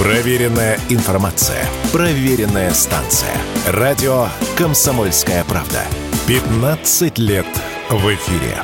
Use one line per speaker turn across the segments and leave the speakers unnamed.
Проверенная информация. Проверенная станция. Радио «Комсомольская правда». 15 лет в эфире.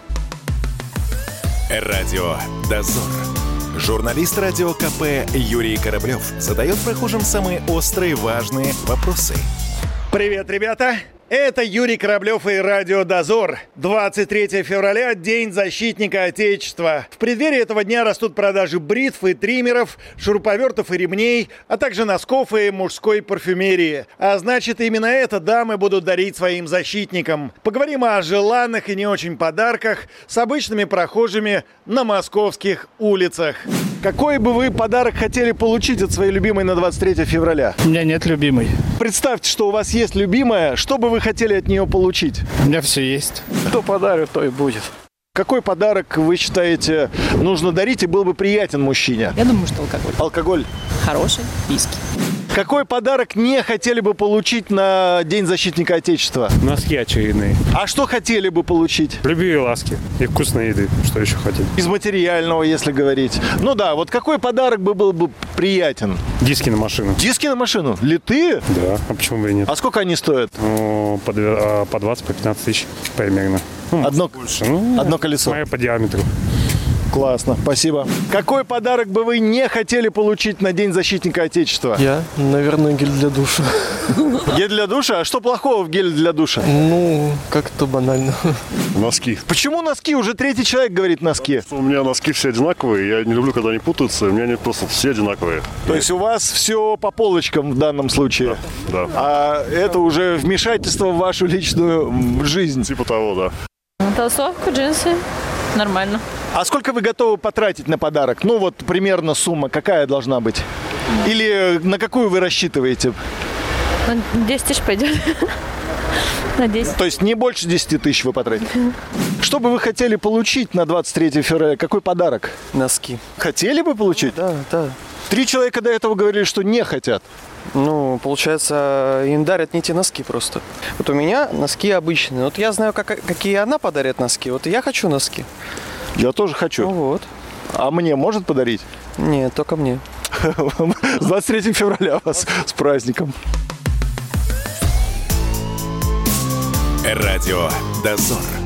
Радио «Дозор». Журналист радио КП Юрий Кораблев задает прохожим самые острые важные вопросы.
Привет, ребята! Это Юрий Кораблев и Радио «Дозор». 23 февраля – День защитника Отечества. В преддверии этого дня растут продажи бритв и триммеров, шуруповертов и ремней, а также носков и мужской парфюмерии. А значит, именно это дамы будут дарить своим защитникам. Поговорим о желанных и не очень подарках с обычными прохожими на московских улицах. Какой бы вы подарок хотели получить от своей любимой на 23 февраля?
У меня нет любимой.
Представьте, что у вас есть любимая. Что бы вы хотели от нее получить?
У меня все есть. Что подарю, то и будет.
Какой подарок, вы считаете, нужно дарить и был бы приятен мужчине?
Я думаю, что алкоголь.
Алкоголь?
Хороший, виски.
Какой подарок не хотели бы получить на День защитника Отечества?
Носки очередные.
А что хотели бы получить?
Любые ласки и вкусной еды. Что еще хотим?
Из материального, если говорить. Ну да, вот какой подарок был бы приятен?
Диски на машину.
Диски на машину? Литые?
Да, а почему бы и нет?
А сколько они стоят?
Ну, по 20, по 15 тысяч примерно. Ну,
Одно,
больше. Ну,
одно колесо.
Мое по диаметру.
Классно, спасибо. Какой подарок бы вы не хотели получить на День защитника Отечества?
Я, наверное, гель для душа.
Гель для душа? А что плохого в геле для душа?
Ну, как-то банально.
Носки.
Почему носки? Уже третий человек говорит носки.
У меня носки все одинаковые, я не люблю, когда они путаются, у меня они просто все одинаковые.
То есть у вас все по полочкам в данном случае?
Да.
А это уже вмешательство в вашу личную жизнь?
Типа того, да.
Толстовку, джинсы. Нормально.
А сколько вы готовы потратить на подарок? Ну вот примерно сумма какая должна быть? Или на какую вы рассчитываете?
На 10 тысяч пойдет. На 10.
То есть не больше 10 тысяч вы потратите? Что бы вы хотели получить на 23 февраля? Какой подарок?
Носки.
Хотели бы получить?
Да.
3 человека до этого говорили, что не хотят.
Ну, получается, им дарят не те носки просто. Вот у меня носки обычные. Вот я знаю, какие она подарит носки. Вот я хочу носки.
Я тоже хочу.
Ну вот.
А мне может подарить?
Нет, только мне.
С 23 февраля вас с праздником.
Радио «Дозор».